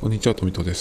こんにちは、富戸です。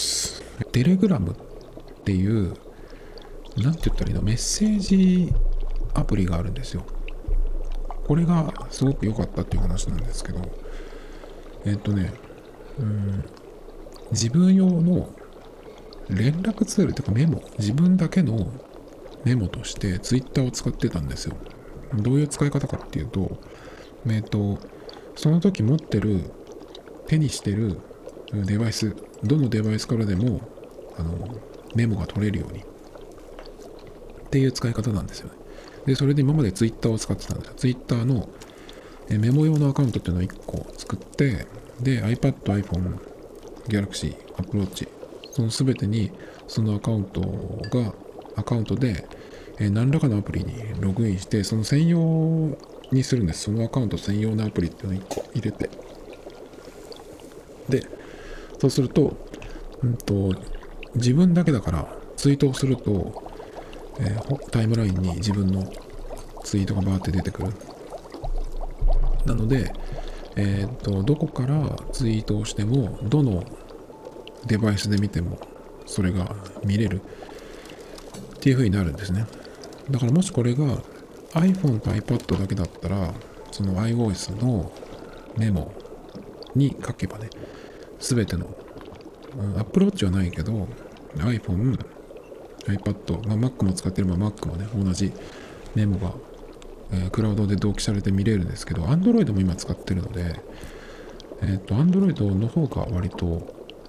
テレグラムっていう、なんて言ったらいいの、メッセージアプリがあるんですよ。これがすごく良かったっていう話なんですけど、えっとね、うん、自分用の連絡ツールというかメモ、自分だけのメモとしてツイッターを使ってたんですよ。どういう使い方かっていうと、えっと、その時持ってる、手にしてるデバイス、どのデバイスからでも、あの、メモが取れるようにっていう使い方なんですよね。で、それで今まで Twitter を使ってたんですよ。Twitter のメモ用のアカウントっていうのを1個作って、で、iPad、iPhone、Galaxy、Apple Watch、その全てにそのアカウントで何らかのアプリにログインして、その専用にするんです。そのアカウント専用のアプリっていうのを1個入れて。で、そうすると、自分だけだからツイートをすると、タイムラインに自分のツイートがバーって出てくる。なので、どこからツイートをしても、どのデバイスで見ても、それが見れるっていう風になるんですね。だからもしこれが iPhone と iPad だけだったら、その iOS のメモに書けばね、すべての、Apple Watch はないけど、iPhone、iPad、Mac も使ってれば Mac もね、同じメモがクラウドで同期されて見れるんですけど、Android も今使ってるので、Android の方が割と、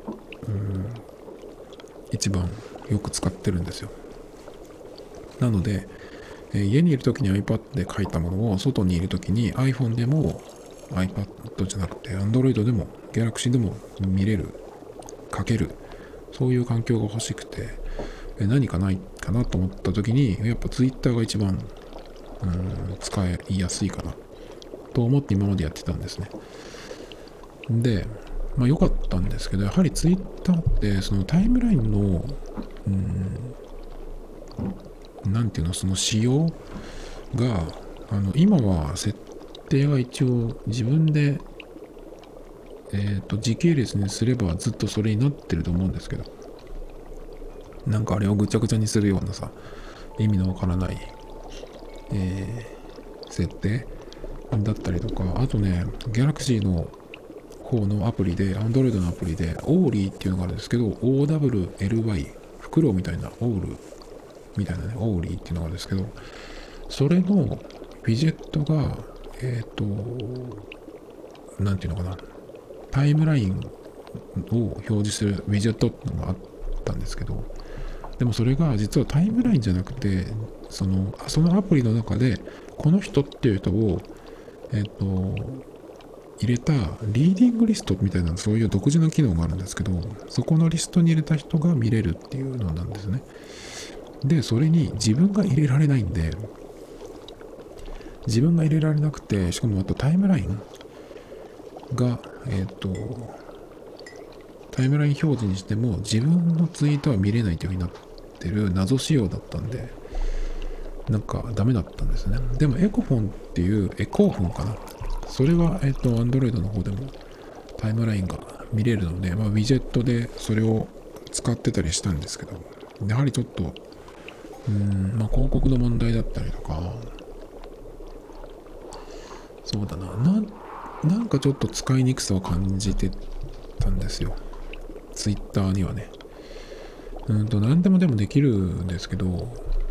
一番よく使ってるんですよ。なので、家にいるときに iPad で書いたものを外にいるときに iPhone でも iPad じゃなくて Android でも Galaxy でも見れる、書ける、そういう環境が欲しくて、何かないかなと思ったときに、やっぱ Twitter が一番使いやすいかなと思って今までやってたんですね。で、良かったんですけど、やはり Twitter ってそのタイムラインの、なんていうの、その仕様が、今は設定が一応自分で、時系列にすればずっとそれになってると思うんですけど、なんかあれをぐちゃぐちゃにするようなさ、意味のわからない、設定だったりとか、あとね、Galaxy の方のアプリで、Android のアプリで、オーリーっていうのがあるんですけど、OWLY、フクロウみたいな、オールみたいなね、オーリーっていうのがあるんですけど、それのウィジェットが、なんていうのかな、タイムラインを表示するウィジェットっていうのがあったんですけど、でもそれが実はタイムラインじゃなくて、そのアプリの中で、この人っていう人を、入れたリーディングリストみたいなそういう独自の機能があるんですけど、そこのリストに入れた人が見れるっていうのなんですね。で、それに自分が入れられないんで、自分が入れられなくて、しかもあとタイムラインが、タイムライン表示にしても自分のツイートは見れないという風になってる謎仕様だったんで、なんかダメだったんですね。でもエコフォンっていう、エコーフォンかな。それは、Android の方でもタイムラインが見れるので、ウィジェットでそれを使ってたりしたんですけど、やはりちょっと、広告の問題だったりとか、そうだな、なんかちょっと使いにくさを感じてたんですよ。Twitter にはね。何でもでもできるんですけど、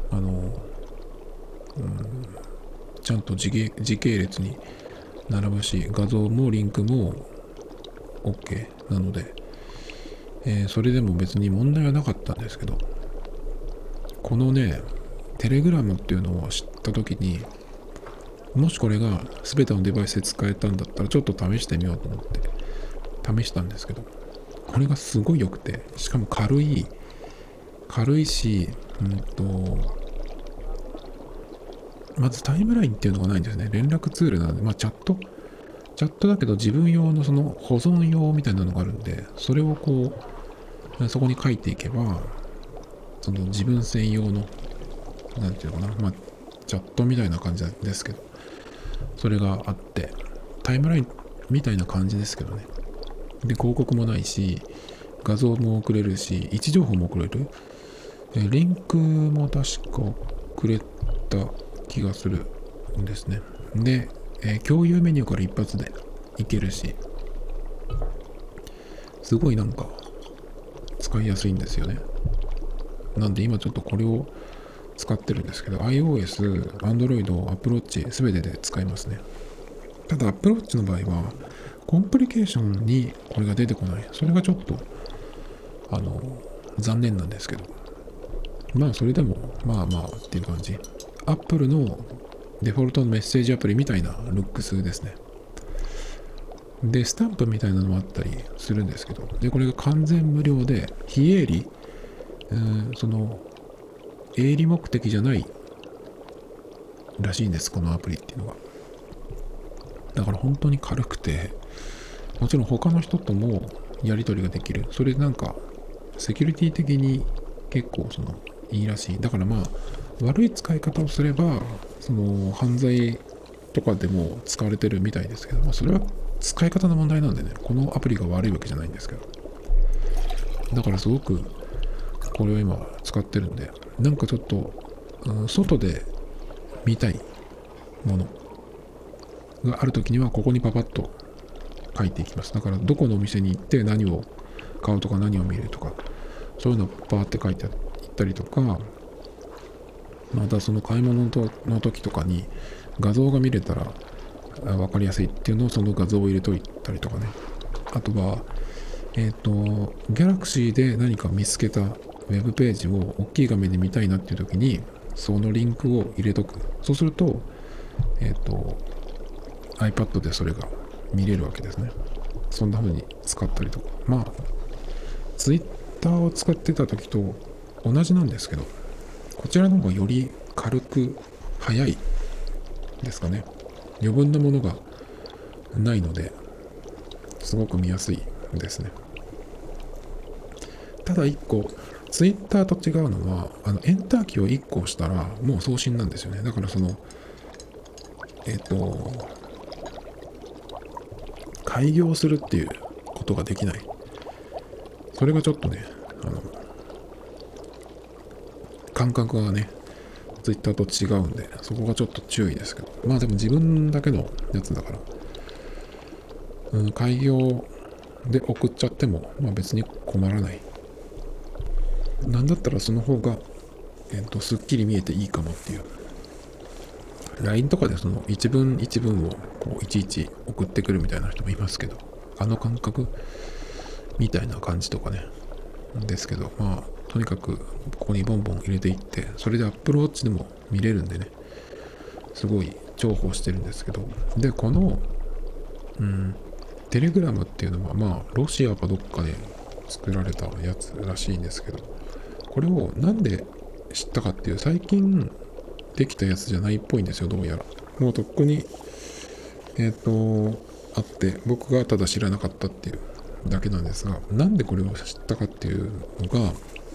ちゃんと時系列に並ぶし、画像もリンクも OK なので、それでも別に問題はなかったんですけど、このね、テレグラムっていうのを知った時に、もしこれが全てのデバイスで使えたんだったらちょっと試してみようと思って試したんですけど、これがすごい良くて、しかも軽いし、まずタイムラインっていうのがないんですね。連絡ツールなので、チャットだけど自分用のその保存用みたいなのがあるんで、それをこう、そこに書いていけば、その自分専用の、なんていうのかな、チャットみたいな感じですけど、それがあって、タイムラインみたいな感じですけどね。で、広告もないし、 画像も送れるし、位置情報も送れる。リンクも確か送れた気がするんですね。で、共有メニューから一発でいけるし、すごいなんか使いやすいんですよね。なんで今ちょっとこれを使ってるんですけど、iOS、Android、Apple Watch 全てで使いますね。ただ Apple Watch の場合は、コンプリケーションにこれが出てこない。それがちょっと、残念なんですけど。まあそれでも、まあまあっていう感じ。Apple のデフォルトのメッセージアプリみたいなルックスですね。で、スタンプみたいなのもあったりするんですけど、で、これが完全無料で、非営利、営利目的じゃないらしいんです、このアプリっていうのが。だから本当に軽くて、もちろん他の人ともやり取りができる。それなんか、セキュリティ的に結構いいらしい。だからまあ、悪い使い方をすれば、犯罪とかでも使われてるみたいですけど、まあ、それは使い方の問題なんでね、このアプリが悪いわけじゃないんですけど。だからすごく、これを今使ってるんで、なんかちょっと、外で見たいものがあるときには、ここにパパッと書いていきます。だから、どこのお店に行って何を買うとか何を見るとか、そういうのをパーって書いていったりとか、またその買い物の時とかに画像が見れたら分かりやすいっていうのをその画像を入れといたりとかね。あとは、Galaxy で何か見つけたウェブページを大きい画面で見たいなっていう時に、そのリンクを入れとく。そうすると、iPad でそれが見れるわけですね。そんな風に使ったりとか。まあ、Twitter を使ってた時と同じなんですけど、こちらの方がより軽く早いですかね。余分なものがないので、すごく見やすいですね。ただ一個、Twitter と違うのは、エンターキーを1個押したら、もう送信なんですよね。だから開業するっていうことができない。それがちょっとね、感覚がね、Twitter と違うんで、そこがちょっと注意ですけど。まあでも自分だけのやつだから、開業で送っちゃっても、まあ別に困らない。なんだったらその方が、すっきり見えていいかもっていう。LINE とかでその一文一文をこういちいち送ってくるみたいな人もいますけど、あの感覚みたいな感じとかね。ですけど、まあ、とにかくここにボンボン入れていって、それで Apple Watch でも見れるんでね、すごい重宝してるんですけど、で、この、テレグラムっていうのは、まあ、ロシアかどっかで作られたやつらしいんですけど、これをなんで知ったかっていう、最近できたやつじゃないっぽいんですよ、どうやら。もうとっくに、あって、僕がただ知らなかったっていうだけなんですが、なんでこれを知ったかっていうのが、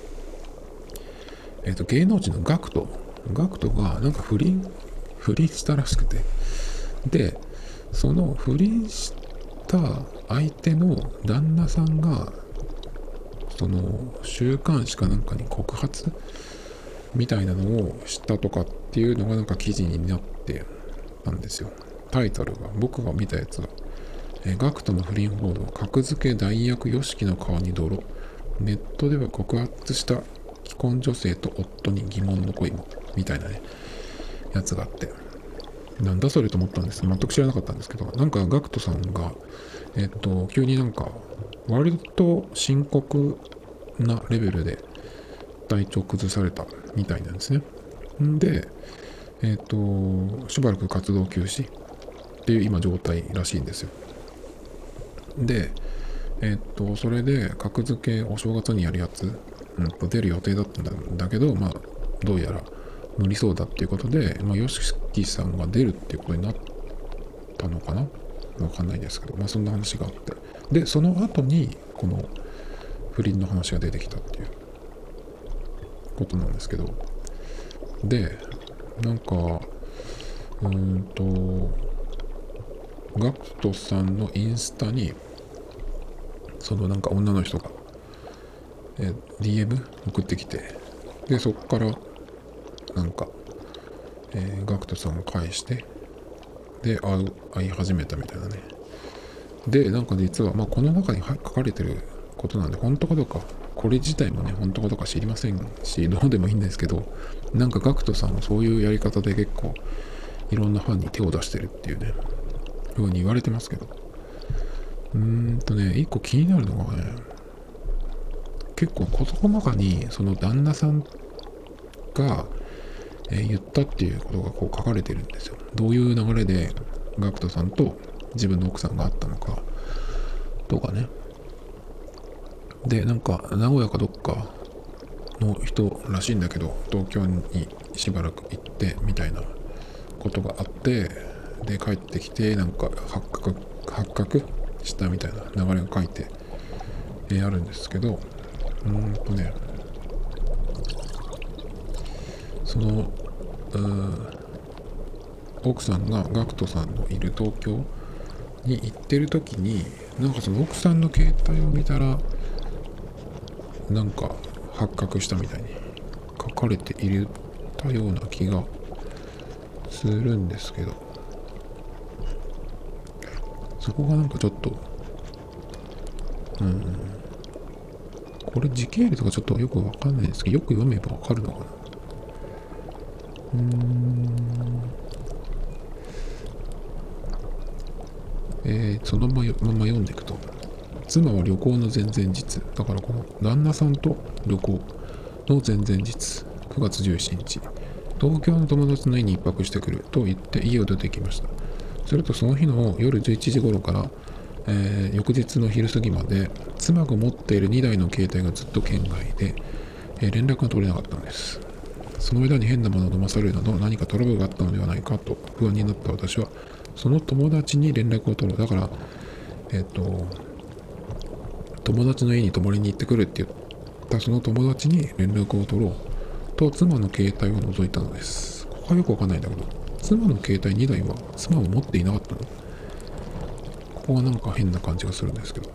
芸能人のガクトがなんか不倫したらしくて、で、その不倫した相手の旦那さんが、その週刊誌かなんかに告発みたいなのをしたとかっていうのがなんか記事になってたんですよ。タイトルが、僕が見たやつが、ガクトの不倫報道、格付け代役 YOSHIKI の顔に泥、ネットでは告発した既婚女性と夫に疑問の恋も、みたいなね、やつがあって、なんだそれと思ったんです。全く知らなかったんですけど、なんかガクトさんが、急になんか、割と深刻なレベルで体調崩されたみたいなんですね。で、しばらく活動休止っていう今状態らしいんですよ。で、それで格付けお正月にやるやつ、出る予定だったんだけど、まあ、どうやら無理そうだっていうことで、まあ、YOSHIKIさんが出るっていうことになったのかな、わかんないですけど、まあそんな話があって。で、その後に、この不倫の話が出てきたっていうことなんですけど、で、なんか、ガクトさんのインスタに、そのなんか女の人が DM 送ってきて、でそこからなんか、ガクトさんを返して、で会い始めたみたいなね。でなんか実は、この中に書かれてることなんで、本当かどうか、これ自体もね本当かどうか知りませんし、どうでもいいんですけど、なんかガクトさんはそういうやり方で結構いろんなファンに手を出してるっていうねふうに言われてますけど、一個気になるのがね、結構事の中にその旦那さんが、言ったっていうことがこう書かれてるんですよ。どういう流れでガクトさんと自分の奥さんがあったのかとかね。でなんか名古屋かどっかの人らしいんだけど、東京にしばらく行ってみたいなことがあって、で帰ってきてなんか発覚したみたいな流れが書いて、あるんですけど、その奥さんがガクトさんのいる東京に行ってる時に、なんかその奥さんの携帯を見たらなんか発覚したみたいに書かれていたような気がするんですけど、そこがなんかちょっとこれ時系列がちょっとよくわかんないですけど、よく読めばわかるのかな。そのまま読んでいくと、妻は旅行の前々日、だからこの旦那さんと旅行の前々日、9月17日、東京の友達の家に一泊してくると言って家を出てきました。するとその日の夜11時頃から、翌日の昼過ぎまで妻が持っている2台の携帯がずっと圏外で、連絡が取れなかったのです。その間に変なものを飲まされるなど何かトラブルがあったのではないかと不安になった私は、その友達に連絡を取る。だから友達の家に泊まりに行ってくるって言ったその友達に連絡を取ろうと妻の携帯を覗いたのです。ここはよくわかんないんだけど、妻の携帯2台は妻は持っていなかったの。ここはなんか変な感じがするんですけど、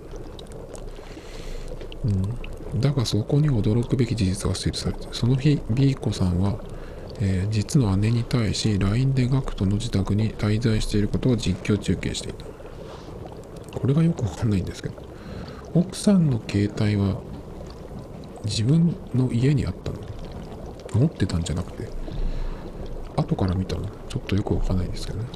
だがそこに驚くべき事実が記されて、その日 B 子さんは、実の姉に対し LINE でガクトの自宅に滞在していることを実況中継していた。これがよくわかんないんですけど、奥さんの携帯は自分の家にあったの？持ってたんじゃなくて後から見たの？ちょっとよくわかんないんですけどね。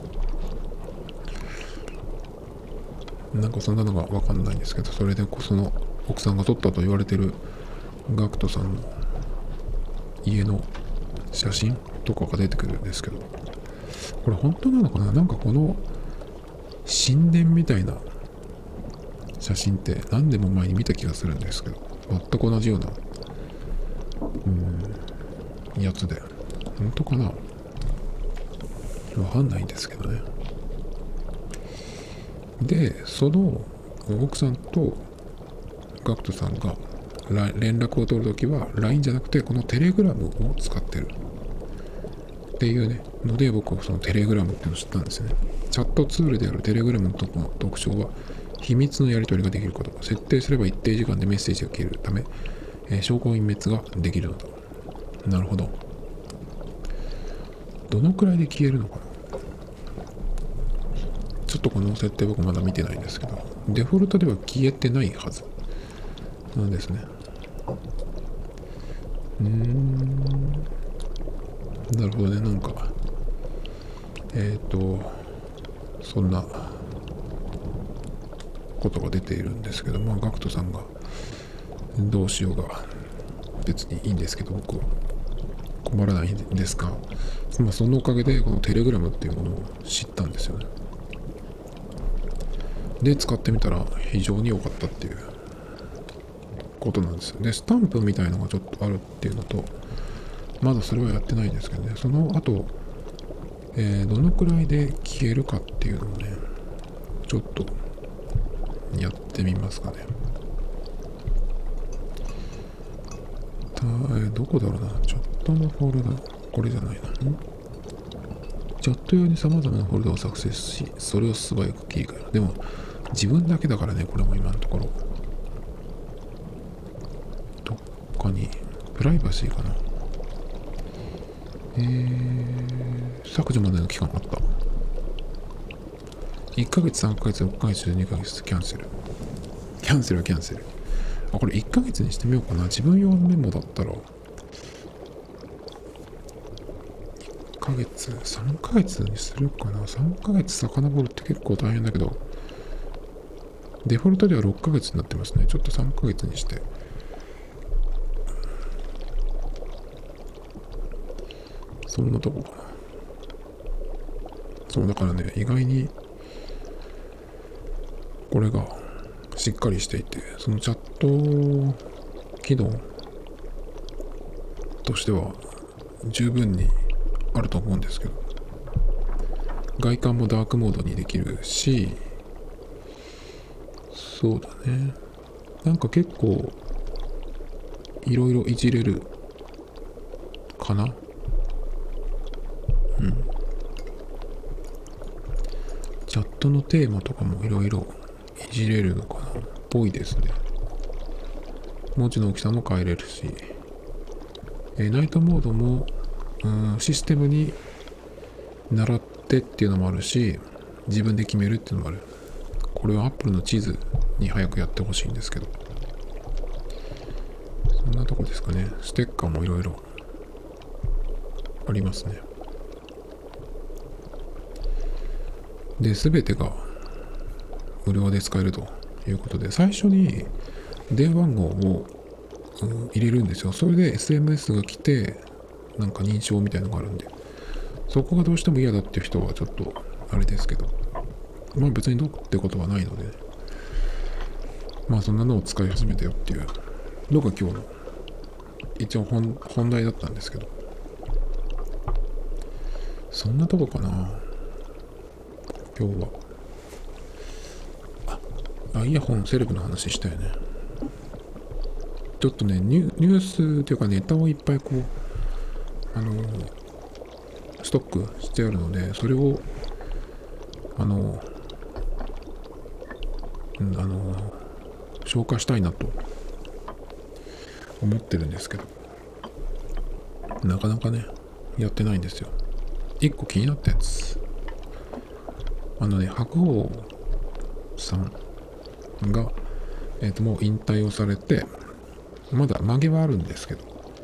なんかそんなのがわかんないんですけど、それでその奥さんが撮ったと言われてるガクトさんの家の写真とかが出てくるんですけど、これ本当なのかな。なんかこの神殿みたいな写真って何年も前に見た気がするんですけど、全く同じようなやつで、本当かな、わかんないんですけどね。でその奥さんとガクトさんが連絡を取るときは LINE じゃなくてこのテレグラムを使ってるっていうねので、僕はそのテレグラムっていうのを知ったんですよね。チャットツールであるテレグラムの特徴は秘密のやり取りができること。設定すれば一定時間でメッセージが消えるため、証拠隠滅ができるのだ。なるほど。どのくらいで消えるのかな。ちょっとこの設定僕まだ見てないんですけど、デフォルトでは消えてないはずなんですね。なるほどね。なんかそんなことが出ているんですけど、ガクトさんがどうしようが別にいいんですけど、僕は困らないんですが、そのおかげでこのテレグラムっていうものを知ったんですよね。で使ってみたら非常に良かったっていうことなんですよ。でスタンプみたいのがちょっとあるっていうのと、まだそれはやってないんですけどね。その後、どのくらいで消えるかっていうのをねちょっとやってみますかね。どこだろうな。チャットのフォルダ、これじゃないな。チャット用に様々なフォルダを作成し、それを素早く切り替える。でも自分だけだからね、これも今のところ。 他にプライバシーかな。削除までの期間あった。1ヶ月、3ヶ月、6ヶ月、12ヶ月、キャンセル。キャンセルはキャンセル。あ、これ1ヶ月にしてみようかな。自分用のメモだったら、1ヶ月、3ヶ月にするかな。3ヶ月遡るって結構大変だけど、デフォルトでは6ヶ月になってますね。ちょっと3ヶ月にして。そんなとこかな。そう、だからね、意外に、これがしっかりしていて、そのチャット機能としては十分にあると思うんですけど、外観もダークモードにできるし、そうだね。なんか結構いろいろいじれるかな。チャットのテーマとかもいろいろいじれるのかな。ぽいですね。文字の大きさも変えれるし、ナイトモードもシステムに習ってっていうのもあるし、自分で決めるっていうのもある。これは Apple の地図に早くやってほしいんですけど、そんなとこですかね。ステッカーもいろいろありますね。で、すべてが無料で使えるということで、最初に電話番号を、入れるんですよ。それで SMS が来て、なんか認証みたいなのがあるんで、そこがどうしても嫌だっていう人はちょっとあれですけど、まあ別にどうってことはないので、まあそんなのを使い始めたよっていうのが今日の一応本題だったんですけど、そんなとこかな今日は。イヤホンセレブの話したよね。ちょっとね、ニュースというかネタをいっぱいこう、ストックしてあるので、それを、消化したいなと思ってるんですけど、なかなかね、やってないんですよ。一個気になったやつ。白鵬さんが、もう引退をされて、まだ曲げはあるんですけど、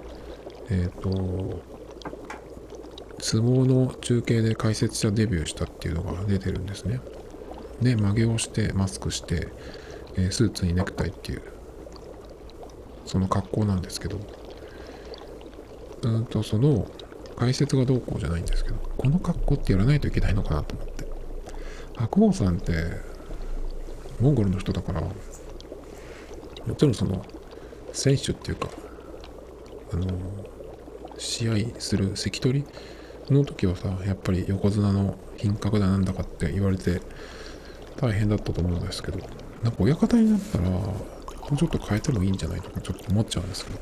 相撲の中継で解説者デビューしたっていうのが出てるんですね。で、曲げをしてマスクして、スーツにネクタイっていうその格好なんですけど、その解説がどうこうじゃないんですけど、この格好ってやらないといけないのかなと思って。白鵬さんってモンゴルの人だから、もちろんその選手っていうか、試合する関取の時はさ、やっぱり横綱の品格だなんだかって言われて大変だったと思うんですけど、なんか親方になったらもうちょっと変えてもいいんじゃないとかちょっと思っちゃうんですけど、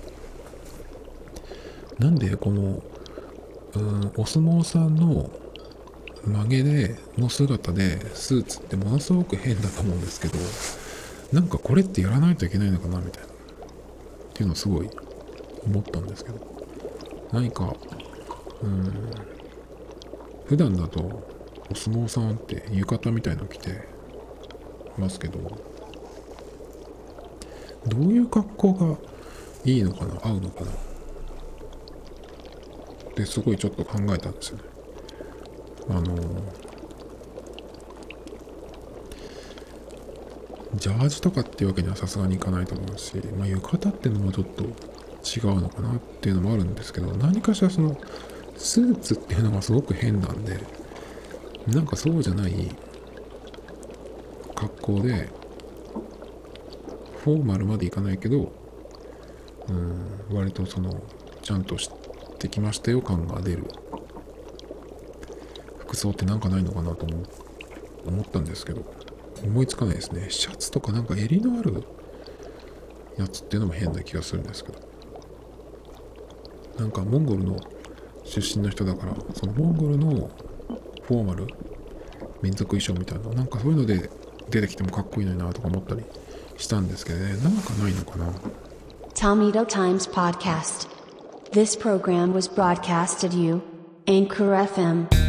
なんでこのお相撲さんの曲げでの姿でスーツってものすごく変だと思うんですけど、なんかこれってやらないといけないのかなみたいなっていうのをすごい思ったんですけど、何か普段だとお相撲さんって浴衣みたいの着てますけど、どういう格好がいいのかな、合うのかなってすごいちょっと考えたんですよね。ジャージとかっていうわけにはさすがにいかないと思うし、浴衣っていうのもちょっと違うのかなっていうのもあるんですけど、何かしらそのスーツっていうのがすごく変なんで、なんかそうじゃない格好でフォーマルまでいかないけど、割とそのちゃんとしてきましたよ感が出る服装ってなんかないのかなと思ったんですけど、思いつかないですね。シャツとかなんか襟のあるやつっていうのも変な気がするんですけど、なんかモンゴルの出身の人だから、そのモンゴルのフォーマル民族衣装みたいな、なんかそういうので出てきてもかっこいいのになとか思ったりしたんですけどね、なんかないのかな。 Tomito Times Podcast. This program was broadcasted you, Anchor FM.